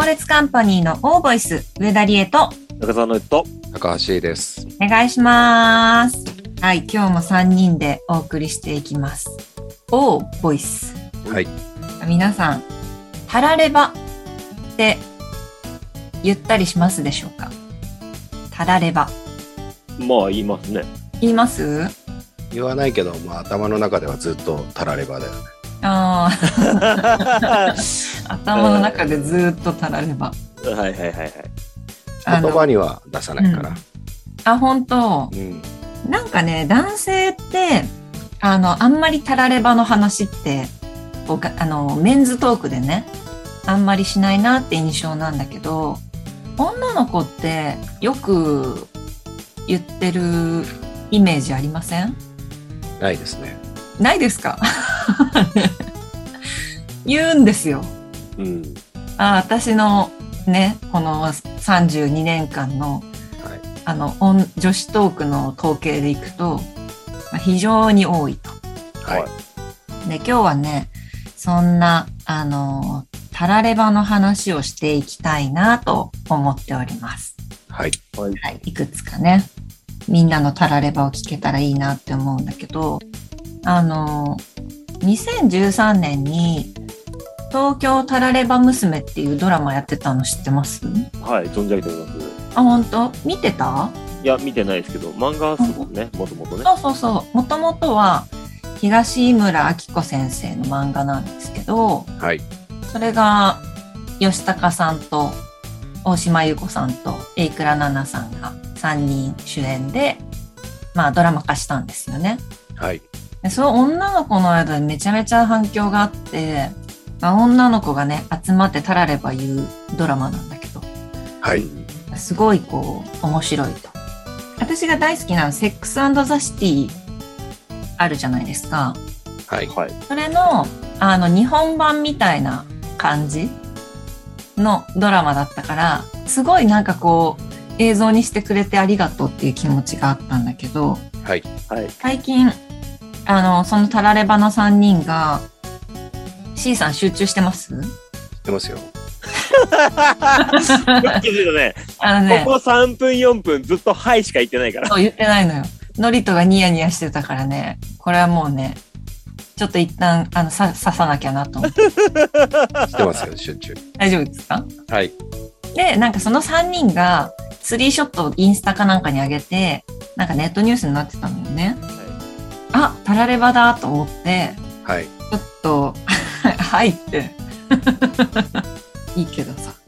猛烈カンパニーのオーボイス、上田理恵と中澤のと高橋です。 お願いします。はい、今日も3人でお送りしていきます。オーボイス。 はい。 皆さん、タラレバって言ったりしますでしょうか？タラレバ。 まあ言いますね。 言います？ 言わないけど、まあ頭の中ではずっとタラレバだよね。 ああ。頭の中でずっとタラレバ。 はいはいはいはい。 言葉には出さないから。 あ、本当。なんかね、男性ってあんまりタラレバの話ってメンズトークでね、あんまりしないなって印象なんだけど、女の子ってよく言ってるイメージありません？ ないですね。 ないですか？言うんですよ。私のね、この32年間の、女子トークの統計でいくと、非常に多いと。 はい。 で、今日はね、そんな、タラレバの話をしていきたいなと思っております。 はい。 はい。いくつかね、みんなのタラレバを聞けたらいいなって思うんだけど、2013年に、東京タラレバ娘っていうドラマやってたの知ってます？ はい、存じ上げております。 あ、本当？見てた？ いや、見てないですけど、漫画ですもんね、もともとね。 そう。もともとは、東井村明子先生の漫画なんですけど、 はい。 それが、吉高さんと、大島優子さんと、榮倉奈々さんが3人主演で、ドラマ化したんですよね。 はい。 でその女の子の間でめちゃめちゃ反響があって、女の子がね、集まってタラレバ言うドラマなんだけど、 はい。 すごい面白いと。私が大好きなセックス&ザシティあるじゃないですか。 はい。 それの、日本版みたいな感じのドラマだったから、すごいなんか映像にしてくれてありがとうっていう気持ちがあったんだけど、 はい。 最近、そのタラレバの3人が、C さん集中してます？ してますよ。 気づいたね。ここ3分4分ずっとはいしか言ってないから。 そう言ってないのよ。ノリトがニヤニヤしてたからね。これはもうね、ちょっと一旦刺さなきゃなと思って。 してますよ、集中。 大丈夫ですか？ はい。 で、なんかその3人がスリーショットをインスタかなんかに上げて、なんかネットニュースになってたのよね。あ、タラレバだと思って、 はい。 ちょっとはいっていいけどさ、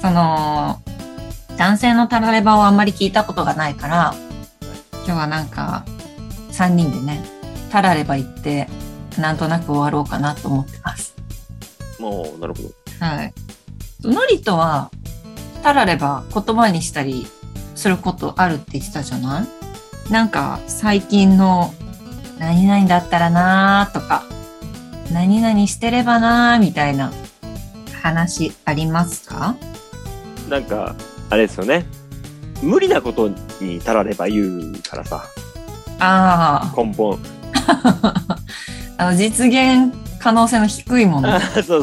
男性のタラレバをあんまり聞いたことがないから、今日はなんか3人でね、タラレバ言ってなんとなく終わろうかなと思ってます。 もうなるほど。 はい。ノリとはタラレバ言葉にしたりすることあるって言ってたじゃない？なんか最近の何々だったらなーとか、何々してればなーみたいな話ありますか？ なんかあれですよね。無理なことにたられば言うからさ。 ああ。 根本。 実現可能性の低いもの。 そう。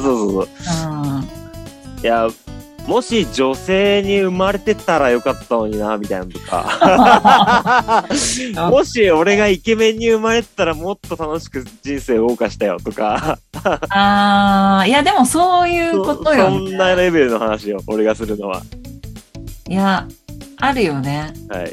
いや、もし女性に生まれてたらよかったのになみたいなのとか。もし俺がイケメンに生まれてたらもっと楽しく人生を謳歌したよとか。 いやでもそういうことよね。 そんなレベルの話を俺がするのは。 いや、あるよね。 はい。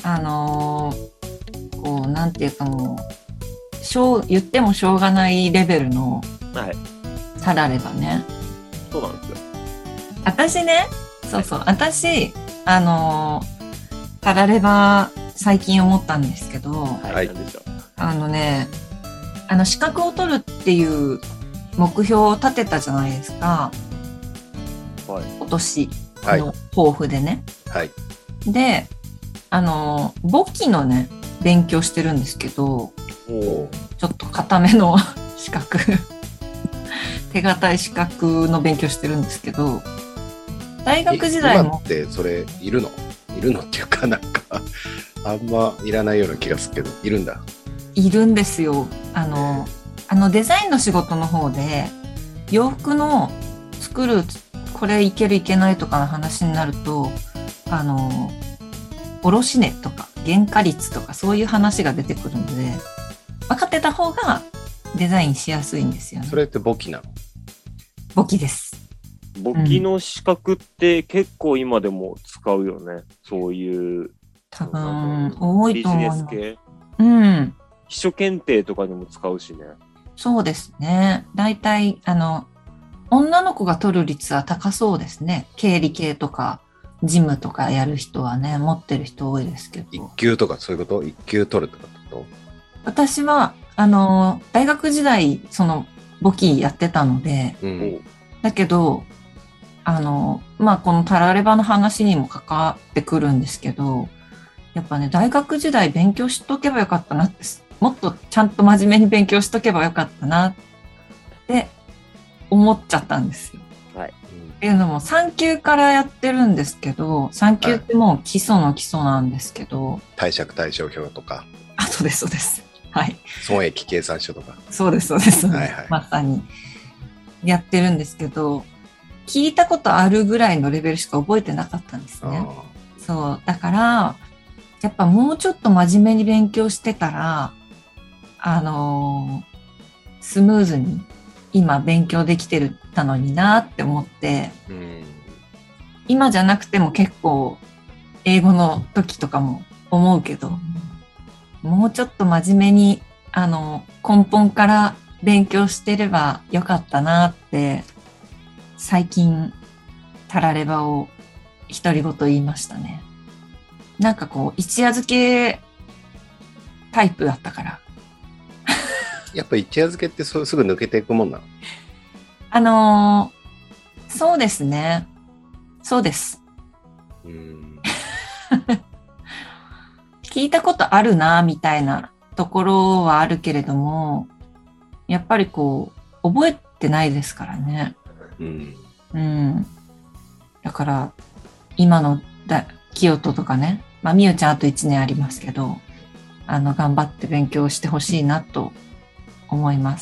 なんていうかもう、言ってもしょうがないレベルの、タラレバね。 そうなんですよ。 私ね、私、タラレバ最近思ったんですけど、 はい、なんでしょう。資格を取るっていう目標を立てたじゃないですか。 はい。 今年の抱負でね。 はい。 で、簿記のね、勉強してるんですけど、ちょっと固めの資格、手堅い資格の勉強してるんですけど、大学時代も。 今ってそれいるのっていうかなんか、あんまいらないような気がするけど、いるんだ。 いるんですよ。デザインの仕事の方で、洋服の作るこれいけるいけないとかの話になると、卸値とか原価率とかそういう話が出てくるので、分かってた方がデザインしやすいんですよね。 それって簿記なの？ 簿記です。 簿記の資格って結構今でも使うよね。そういう。 多分、多いと思います。 ビジネス系。 うん。 秘書検定とかにも使うしね。 そうですね。大体、女の子が取る率は高そうですね。経理系とか、事務とかやる人はね、持ってる人多いですけど。 一級とかそういうこと？一級取るとかってこと？ 私は、大学時代、簿記やってたので、だけど、このタラレバの話にも関わってくるんですけど、やっぱね、大学時代勉強しとけばよかったなって、もっとちゃんと真面目に勉強しとけばよかったなって思っちゃったんですよ。 はい。 っていうのも3級からやってるんですけど、3級ってもう基礎の基礎なんですけど。 貸借対照表とか。 そうです、そうです。はい。 損益計算書とか。 そうです、そうです。 はいはい、 まさに。やってるんですけど、聞いたことあるぐらいのレベルしか覚えてなかったんですね。そう。だから、やっぱもうちょっと真面目に勉強してたら、スムーズに今勉強できてたのになって思って、今じゃなくても結構英語の時とかも思うけど、もうちょっと真面目に根本から勉強してればよかったなって最近タラレバを独り言言いましたね。なんかこう一夜漬けタイプだったから。 やっぱ一夜漬けってすぐ抜けていくもんなの？ そうですね。そうです。聞いたことあるなみたいなところはあるけれども、やっぱりこう覚えてないですからね。だから今の清人とかね、みゆちゃんあと1年ありますけど、頑張って勉強してほしいなと思います。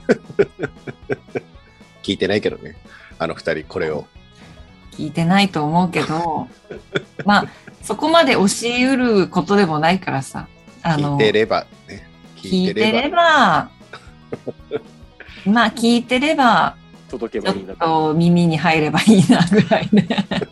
聞いてないけどね、2人これを。 聞いてないと思うけど、そこまで教えうることでもないからさ。 聞いてればね。 聞いてれば、聞いてれば、 届けばいいなちょっと耳に入ればいいなぐらいね。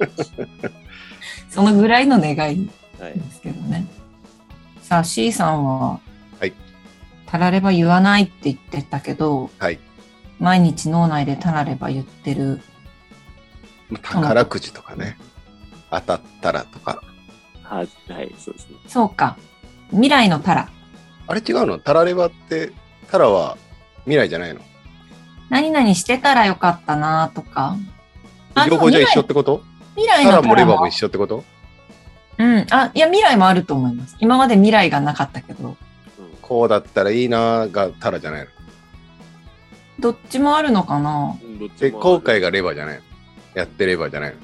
そのぐらいの願いですけどね。さあ C さんは、タラレバ言わないって言ってたけど、毎日脳内でタラレバ言ってる。 宝くじとかね、当たったらとか。 はい、そうですね。 そうか。未来のタラ。 あれ違うの？タラレバって、タラは未来じゃないの？ 何々してたらよかったなとか。 両方じゃ一緒ってこと？ 未来のタラもレバも一緒ってこと？ いや未来もあると思います。今まで未来がなかったけど。 こうだったらいいながタラじゃないの？ どっちもあるのかな？ で、後悔がレバじゃないの？やってレバじゃない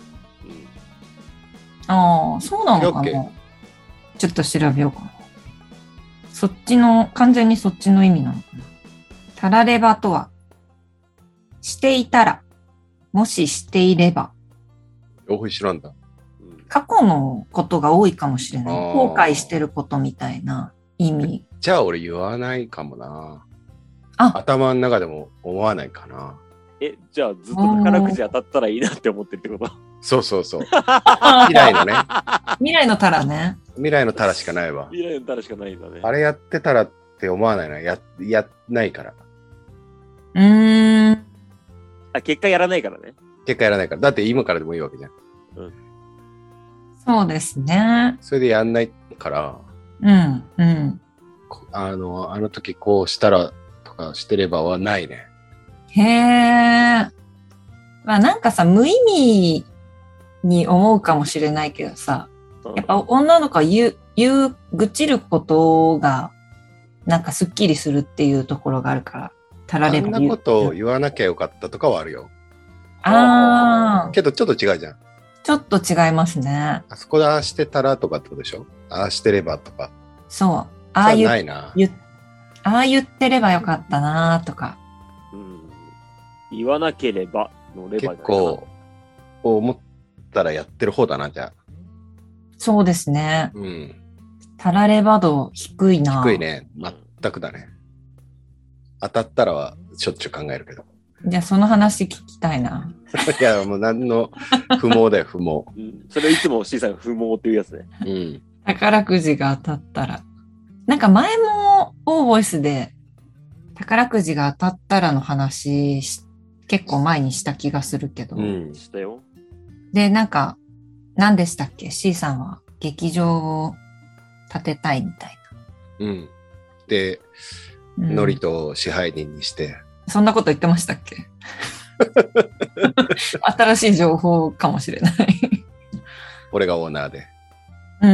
の？そうなのかな？ちょっと調べようかな。そっちの、完全にそっちの意味なのかな。タラレバとは、していたら、もししていれば。 両方一緒なんだ。 過去のことが多いかもしれない。後悔してることみたいな意味。 じゃあ俺言わないかもな。頭の中でも思わないかな。 じゃあずっと宝くじ当たったらいいなって思ってるってこと？ そう。未来のね。 未来のタラね。 未来のタラしかないわ。 未来のタラしかないんだね。 あれやってたらって思わないな。やないから。 結果やらないからね。 結果やらないから。だって今からでもいいわけじゃん。 そうですね。 それでやんないから。あの時こうしたらとかしてればはないね。 へえ。なんかさ、無意味に思うかもしれないけどさ、やっぱ女の子は愚痴ることが、なんかスッキリするっていうところがあるから、タラレバ。 そんなことを言わなきゃよかったとかはあるよ。けどちょっと違うじゃん。 ちょっと違いますね。 あそこでああしてたらとかってことでしょ？ああしてればとか。 そう。ああ言ってればよかったなとか。 言わなければのレバーじゃないかな。 結構思ったらやってる方だな、じゃあ。 そうですね。 うん。 たられば度低いな。 低いね。全くだね。当たったらはしょっちゅう考えるけど。 じゃあその話聞きたいな。 いや、もう何の不毛だよ、不毛。 それいつも C さんが不毛っていうやつね。 うん。 宝くじが当たったら。なんか前もオーボイスで宝くじが当たったらの話結構前にした気がするけど。 したよ。 で、なんか、何でしたっけ ?C さんは劇場を建てたいみたいな。うん。で、ノリと支配人にして。 そんなこと言ってましたっけ新しい情報かもしれない俺がオーナーで。 うん。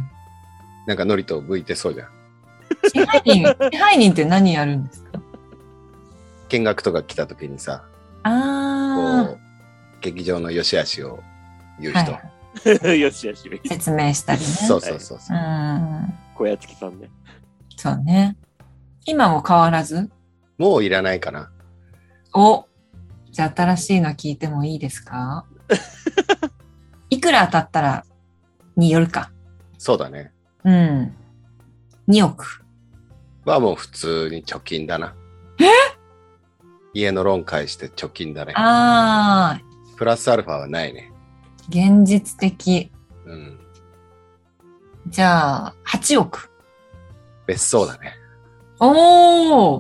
なんかノリと向いてそうじゃん。 支配人って何やるんですか？ 見学とか来た時にさ、こう劇場の良し悪しを言う人。 はい、よしよし。 説明したりね。 そうそうそう。 小屋付きさんね。 そうね。今も変わらず？ もういらないかな。 じゃあ新しいの聞いてもいいですか？いくら当たったらによるか。 そうだね。 うん。2億。 はもう普通に貯金だな。家のローン返して貯金だね。プラスアルファはないね。 現実的。 うん。 じゃあ、8億。 別荘だね。 おー！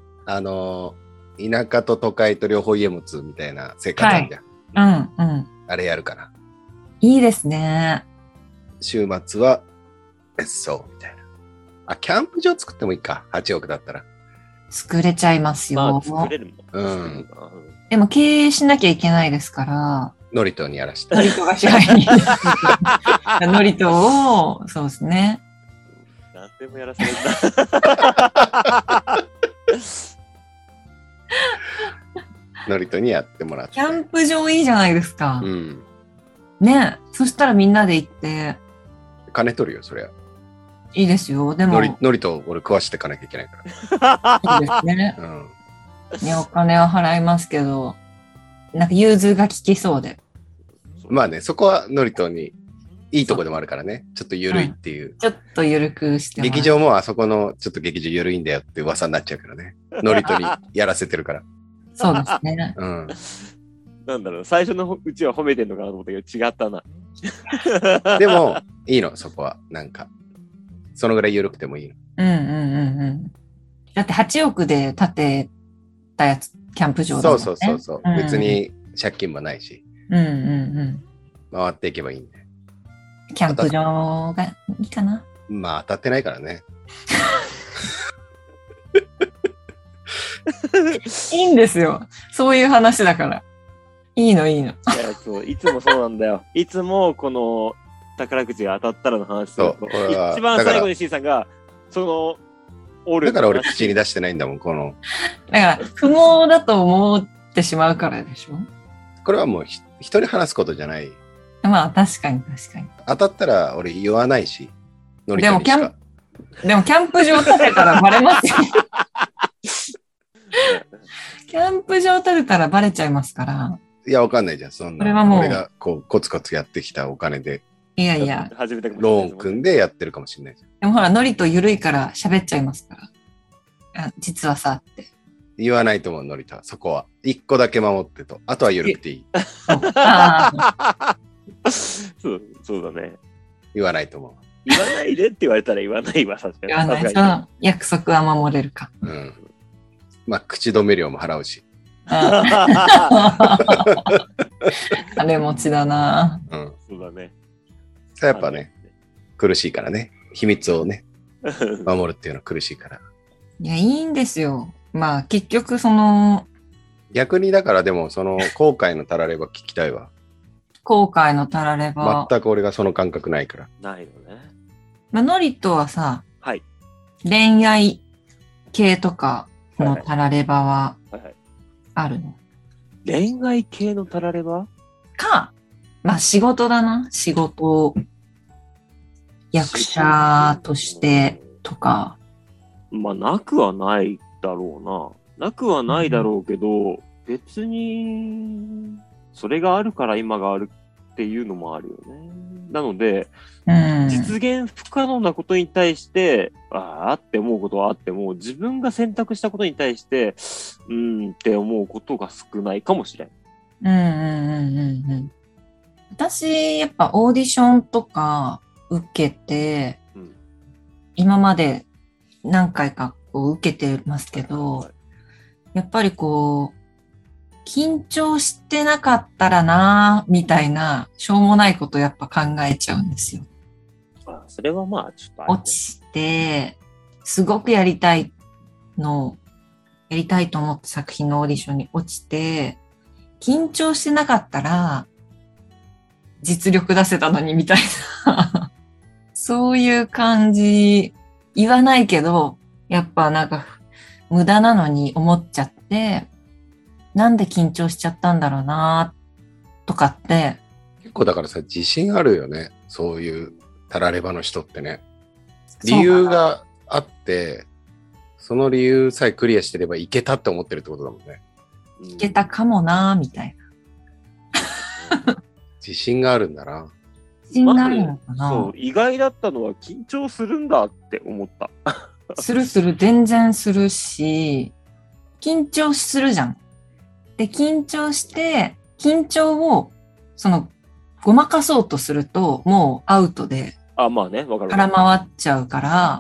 田舎と都会と両方家持つみたいな生活なんじゃん。 はい。うんうん。 あれやるかな。 いいですね。 週末は別荘みたいな。キャンプ場作ってもいいか。8億だったら。 作れちゃいますよ。 作れるもん。 うん。 でも経営しなきゃいけないですから。 ノリトにやらして。 ノリトが支配人。ノリトを、そうですね。 何でもやらせるんだ。 ノリトにやってもらって。 キャンプ場いいじゃないですか。 うん。 ねえ。そしたらみんなで行って。 金取るよ、そりゃ。 いいですよ。でも。 ノリト俺食わしていかなきゃいけないから。 いいですね。 うん。 ね、お金は払いますけど、なんか融通が利きそうで。 まあね、そこはノリトにいいとこでもあるからね。ちょっと緩いっていう。 ちょっと緩くして劇場もあそこのちょっと劇場緩いんだよって噂になっちゃうからね。ノリトにやらせてるから。 そうですね。 うん。 なんだろう、最初のうちは褒めてんのかなと思ったけど違ったな。 でも、いいの、そこは。なんか、そのぐらい緩くてもいいの。 うんうんうんうん。だって8億で建てたやつ、キャンプ場だもんね。 そう。別に借金もないし。回っていけばいいんで。 キャンプ場がいいかな。 まあ当たってないからね。 いいんですよ。そういう話だから。いいの。いやそう、いつもそうなんだよ。いつもこの宝くじが当たったらの話すると、一番最後に C さんが、 だから俺口に出してないんだもん、この。 だから、不毛だと思ってしまうからでしょ。 これはもう人に話すことじゃない。 まあ、確かに。 当たったら俺言わないし。 でもキャンプ場建てたらバレますよ。キャンプ場建てたらバレちゃいますから。 いや、わかんないじゃん。そんな。 れはもう俺がこうコツコツやってきたお金で。 いや。 ローン組んでやってるかもしれないじゃん。 でもほら、ノリと緩いから喋っちゃいますから。実はさって。 言わないと思う、ノリとは。そこは。一個だけ守ってと。あとは緩くていい。 そうだね。 言わないと思う。 言わないでって言われたら言わないわ、確かに。 言わないと約束は守れるか。 うん。まあ、口止め料も払うし。 金持ちだな。 うん。そうだね。 やっぱね、苦しいからね。秘密をね、守るっていうのは苦しいから。 いや、いいんですよ。まあ、結局逆にだからでも、後悔のたられば聞きたいわ。 後悔のたられば。 全く俺がその感覚ないから。 ないのね。 まあ、ノリとはさ、 はい。 恋愛系とかのたらればはあるの？ 恋愛系のたらればか、まあ仕事だな。仕事、役者としてとか。 まあ、なくはないだろうな。なくはないだろうけど、別に、 それがあるから今があるっていうのもあるよね。なので、実現不可能なことに対して、ああって思うことはあっても、自分が選択したことに対して、って思うことが少ないかもしれん。 私、やっぱオーディションとか受けて、今まで何回かこう受けてますけど、やっぱりこう、緊張してなかったらなみたいな、しょうもないことやっぱ考えちゃうんですよ。 それはまあ、ちょっとあるね。 落ちて、すごくやりたいと思った作品のオーディションに落ちて、緊張してなかったら、実力出せたのにみたいな。そういう感じ、言わないけど、やっぱなんか、無駄なのに思っちゃって、なんで緊張しちゃったんだろうなとかって。 結構だからさ、自信あるよね。そういうたらればの人ってね。理由があって、その理由さえクリアしてればいけたって思ってるってことだもんね。 いけたかもなみたいな。 自信があるんだな。 自信があるのかな、 そう、意外だったのは緊張するんだって思った。 する、全然するし、緊張するじゃん。で、緊張して、緊張を、ごまかそうとすると、もうアウトで、 まあね、わかる。 空回っちゃうから、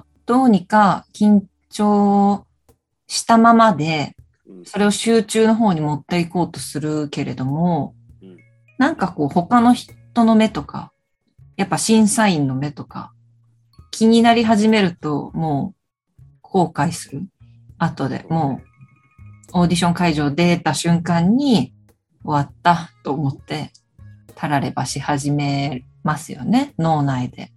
どうにか緊張したままで、それを集中の方に持っていこうとするけれども、なんかこう、他の人の目とか、やっぱ審査員の目とか、気になり始めると、もう、後悔する。後で、もう、オーディション会場出た瞬間に終わったと思って、たらればし始めますよね、脳内で。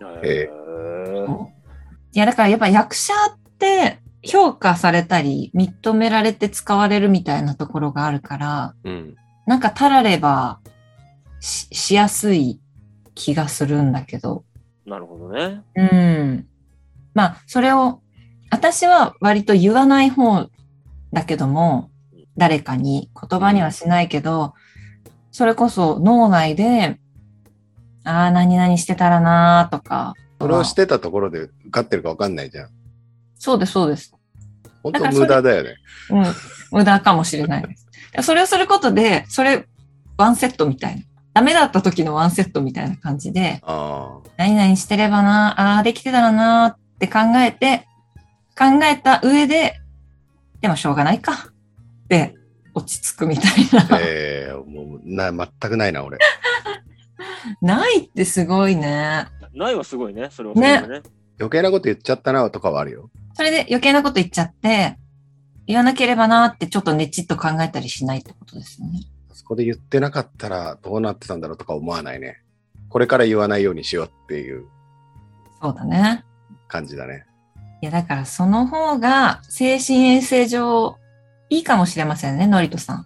いや、だからやっぱ役者って評価されたり、認められて使われるみたいなところがあるから、なんかたられば しやすい気がするんだけど。 なるほどね。 まあ、それを、私は割と言わない方だけども、誰かに言葉にはしないけど、それこそ脳内で、何々してたらなとか。 それをしてたところで受かってるか分かんないじゃん。 そうです、そうです。 本当無駄だよね。 無駄かもしれないです。それをすることで、ワンセットみたいな。ダメだった時のワンセットみたいな感じで、何々してればな、できてたらなって考えた上で、でもしょうがないかって落ち着くみたいな。 もう全くないな、俺。 ないってすごいね。 ないはすごいね、それはそれね。 余計なこと言っちゃったなとかはあるよ。 それで余計なこと言っちゃって、言わなければなってちょっとねちっと考えたりしないってことですよね。 そこで言ってなかったらどうなってたんだろうとか思わないね。これから言わないようにしようっていう。 そうだね。 感じだね。 いや、だからその方が精神衛生上いいかもしれませんね、のりとさん。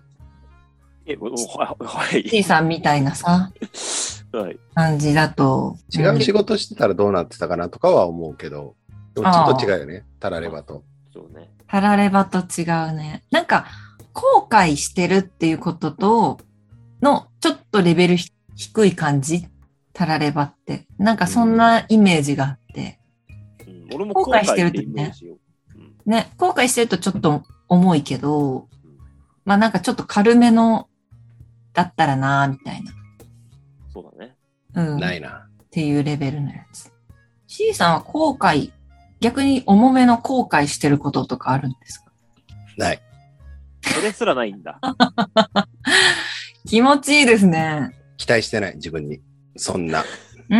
はい。 T さんみたいなさ、感じだと。 違う仕事してたらどうなってたかなとかは思うけど、ちょっと違うよね、たらればと。 そうね。 たらればと違うね。なんか、後悔してるっていうことと、ちょっとレベル低い感じ、たらればって。なんかそんなイメージがあって。 俺も後悔してるってね。 後悔してるとちょっと重いけど、まあなんかちょっと軽めの、だったらなみたいな。 そうだね。 ないな。 っていうレベルのやつ。C さんは後悔、逆に重めの後悔してることとかあるんですか？ ない。 それすらないんだ。 気持ちいいですね。 期待してない、自分に。そんな。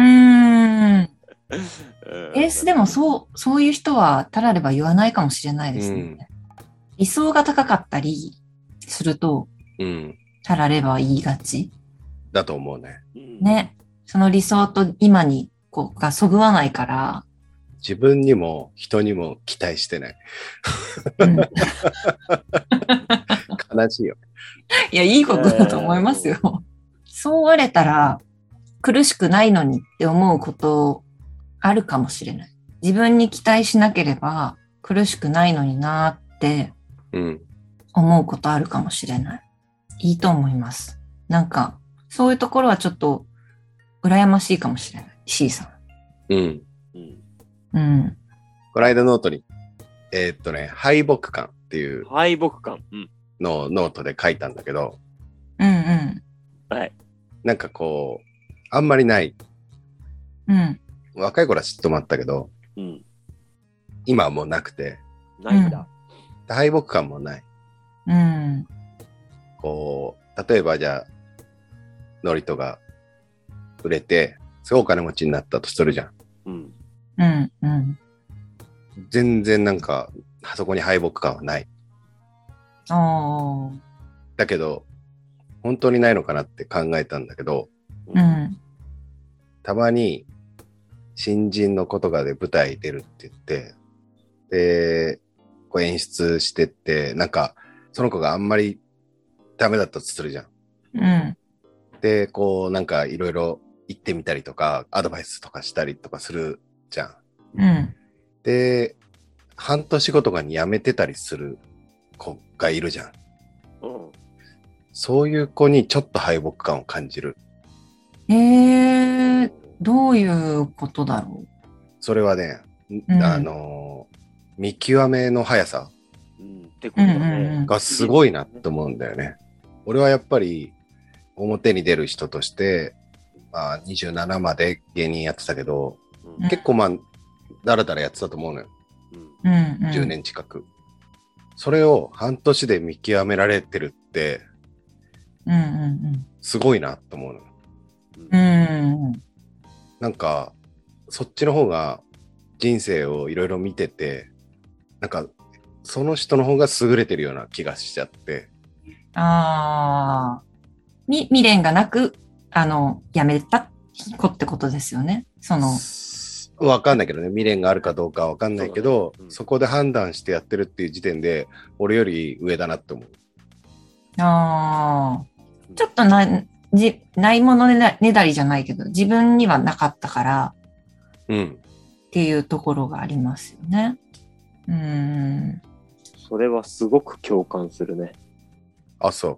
でもそういう人はたられば言わないかもしれないですね。理想が高かったりすると、たられば言いがち。 だと思うね。 ね。その理想と今にがそぐわないから。 自分にも人にも期待してない。悲しいよ。 いや、いいことだと思いますよ。そうあれたら苦しくないのにって思うことあるかもしれない。自分に期待しなければ苦しくないのになって思うことあるかもしれない。いいと思います。 なんか、そういうところはちょっと羨ましいかもしれない。C さうん。 うん。 ん。うん。 この間ノートに、敗北感っていう敗北感。うん。 のをノートで書いたんだけど、 うんうん。 はい。 なんかこう、あんまりない。 うん。 若い頃は嫉妬もあったけど、 うん。 今はもうなくて、 ないんだ。 敗北感もない。 うん。 こう、例えばじゃあ、ノリトが売れて、すごいお金持ちになったとするじゃん。 うん。 うんうん。 全然なんか、そこに敗北感はない。 おー。 だけど、本当にないのかなって考えたんだけど、 うん。 たまに新人の子とかで舞台出るって言って、で、こう演出してって、なんか、その子があんまりダメだったとするじゃん。 うん。 で、こうなんかいろいろ言ってみたりとか、アドバイスとかしたりとかするじゃん。 うん。 で、半年後とかに辞めてたりする子がいるじゃん。 うん。 そういう子にちょっと敗北感を感じる。 どういうことだろそれはね、 うん見極めの速さうん。ってことだうんうんうねん。 がすごいなと思うんだよね。俺はやっぱり表に出る人として、まあ27まで芸人やってたけど、 うん。 結構まあ、だらだらやってたと思うのよ。 うん。 う。うんうん。 10年近く。それを半年で見極められてるって、 うんうんすごいなと思うのよ。 うん。うんなんか、そっちの方が人生をいろいろ見てて、なんか、その人の方が優れてるような気がしちゃって。 ああ。未練がなく、辞めた子ってことですよね。 わかんないけどね、未練があるかどうかはわかんないけど、 そうだねうんそこで判断してやってるっていう時点で、俺より上だなって思う。 ああ。ちょっとないものねだりじゃないけど、自分にはなかったからうん。 っていうところがありますよね。 それはすごく共感するね。 あ、そう。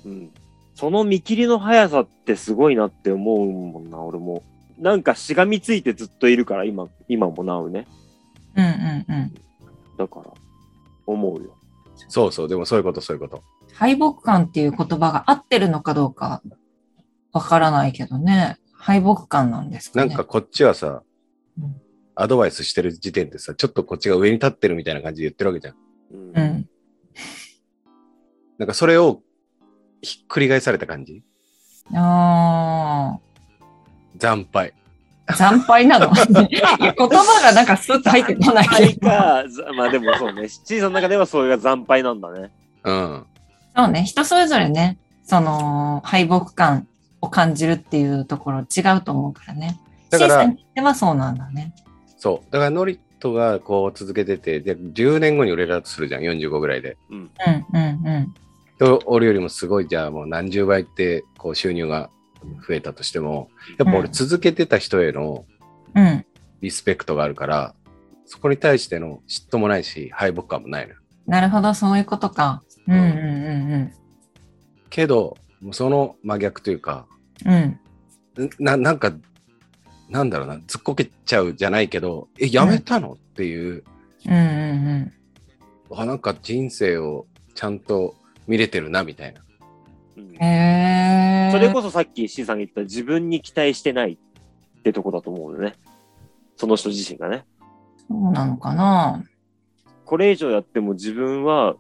うん。その見切りの速さってすごいなって思うもんな、俺も。なんかしがみついてずっといるから、今もなおね。 うんうんうん。 だから、思うよ。 そうそう、でもそういうこと、そういうこと。 敗北感っていう言葉が合ってるのかどうかわからないけどね。敗北感なんですかね。 なんかこっちはさ、 うんアドバイスしてる時点でさ、ちょっとこっちが上に立ってるみたいな感じで言ってるわけじゃん。 うんうん。 なんかそれをひっくり返された感じ。 あ惨敗。 あ。惨敗なのいや言葉がなんかスッと入ってこないけど。 まあでもそうね。シーさんの中ではそれが惨敗なんだね。 うん。 そうね。人それぞれね、敗北感を感じるっていうところ違うと思うからね。 だから C さんにとってはそうなんだね。 そう。だからノリットがこう続けてて、で、10年後に売れたとするじゃん、45ぐらいで。 うん。 うんうんうん。 で俺よりもすごい、じゃあもう何十倍ってこう収入が増えたとしても、やっぱ俺続けてた人へのうん。 リスペクトがあるから、そこに対しての嫉妬もないし、敗北感もないのよ。 なるほど、そういうことか。うんうんうんけど、もうその真逆というか、 うん。うん。 なんか、なんだろうな、ずっこけちゃうじゃないけど、やめたのっていう、 うんうんなんか人生をちゃんと見れてるな、みたいな。 うん。へー。 それこそさっき C さんが言った自分に期待してないってとこだと思うよね。その人自身がね。 そうなのかな。 これ以上やっても自分は、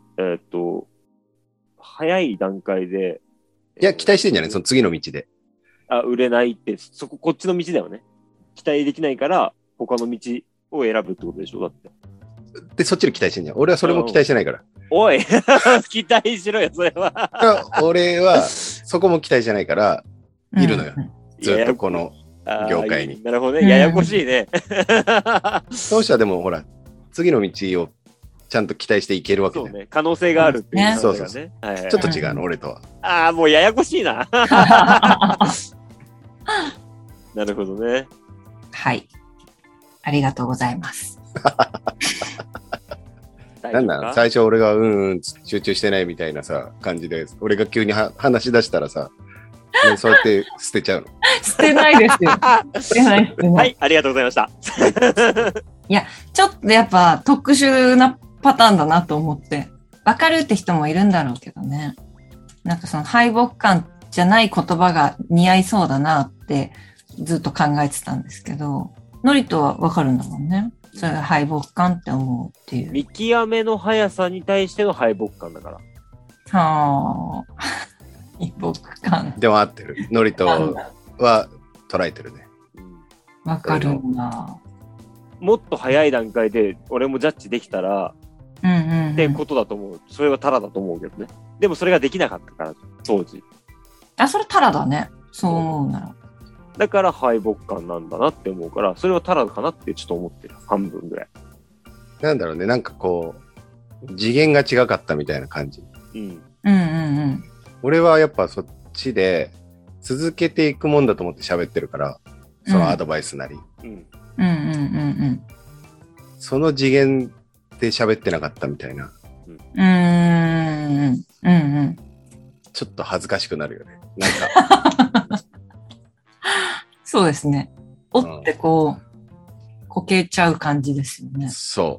早い段階で。 いや、期待してんじゃないその次の道で。 売れないって、こっちの道だよね。期待できないから、他の道を選ぶってことでしょだって。 で、そっちで期待してんじゃん。俺はそれも期待してないから。 おい期待しろよ、それは。 俺は、そこも期待してないから、いるのよ。ずっとこの業界に。 なるほどね。ややこしいね。 そうしたらでも、ほら、次の道をちゃんと期待していけるわけそうだよ。 ね。可能性があるっていう、ね。 そうそうそう。 はいちょっと違うの、俺とは。 ああ、もうややこしいな。なるほどね。 はい。ありがとうございます。 なんだ最初俺が集中してないみたいなさ感じで俺が急に話し出したらさそうやって捨てちゃうの？ 捨てないですよ。捨てない、捨てない。 はい、ありがとうございました。 いや、ちょっとやっぱ特殊なパターンだなと思って、わかるって人もいるんだろうけどね。なんかその敗北感じゃない言葉が似合いそうだなってずっと考えてたんですけど、ノリとはわかるんだもんね。それが敗北感って思うっていう。 見極めの速さに対しての敗北感だから。 はあ。敗北感。 でも合ってる。ノリとは捉えてるね。 わかるんだ。 もっと早い段階で俺もジャッジできたら、ってことだと思う。それはタラだと思うけどね。でもそれができなかったから、当時。 あ、それタラだね。そう思うなら。 だから敗北感なんだなって思うから、それはタラかなってちょっと思ってる。半分ぐらい。 なんだろうね、なんかこう、次元が違かったみたいな感じ。俺はやっぱそっちで続けていくもんだと思って喋ってるから、そのアドバイスなり。その次元で喋ってなかったみたいな。ちょっと恥ずかしくなるよね。なんか。 そうですね。おってこう、こけちゃう感じですよね。 そう。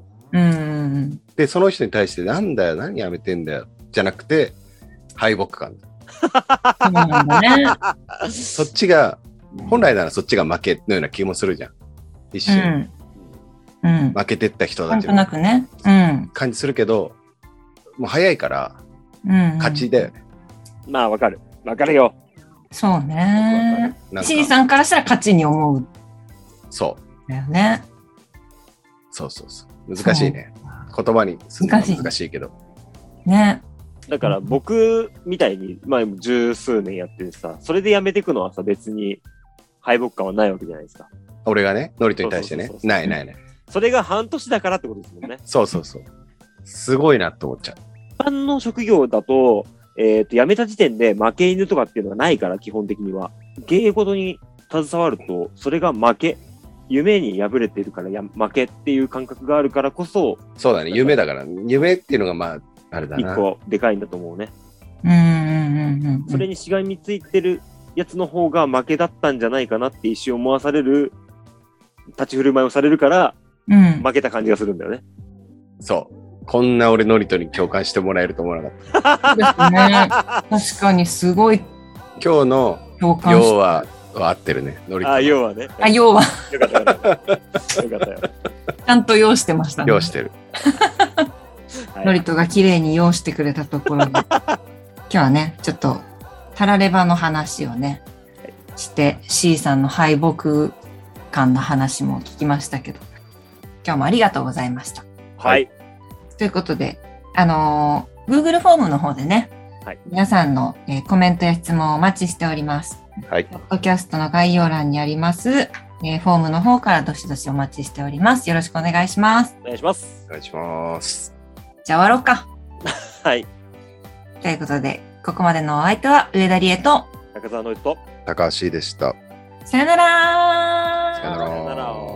で、その人に対してなんだよ、何やめてんだよ、じゃなくて、敗北感。 そうなんだね。 そっちが、本来ならそっちが負けのような気もするじゃん。一瞬。負けてった人たちのなんとなくね。 感じするけど、もう早いから、勝ちだよね。 まあ、わかる。わかるよ。 そうね。C さんからしたら勝ちに思う。 そう。 だよね。 そうそうそう。難しいね。言葉にするのは難しいけど。 ね。 だから僕みたいに、まあ十数年やってるさ、それでやめていくのはさ、別に敗北感はないわけじゃないですか。 俺がね、ノリトに対してね。ないないない。 それが半年だからってことですもんね。 そうそうそう。すごいなと思っちゃう。 一般の職業だと、辞めた時点で負け犬とかっていうのはないから、基本的には。芸事に携わると、それが負け。夢に敗れてるから負けっていう感覚があるからこそ。 そうだね、夢だから。夢っていうのがまあ、あれだな。 一個でかいんだと思うね。それにしがみついてるやつの方が負けだったんじゃないかなって一瞬思わされる、立ち振る舞いをされるから、負けた感じがするんだよね。 そう。こんな俺ノリトに共感してもらえると思わなかった。 ですね。確かにすごい。 今日の要は合ってるね。ノリト。 あ、要はね。 あ、要は。 よかったよ。よかったよ。 ちゃんと用してましたね。 用してる。 ノリトが綺麗に用してくれたところで、今日はね、ちょっとタラレバの話をね、して、C さんの敗北感の話も聞きましたけど、今日もありがとうございました。 はい。 ということで、Google フォームの方でね、皆さんの、コメントや質問をお待ちしております。 はい。 ポッドキャストの概要欄にあります、フォームの方からどしどしお待ちしております。よろしくお願いします。 お願いします。 お願いします。 じゃあ終わろうか。 はい。 ということで、ここまでのお相手は上田理恵と中澤のりと高橋でした。 さよなら。 さよなら。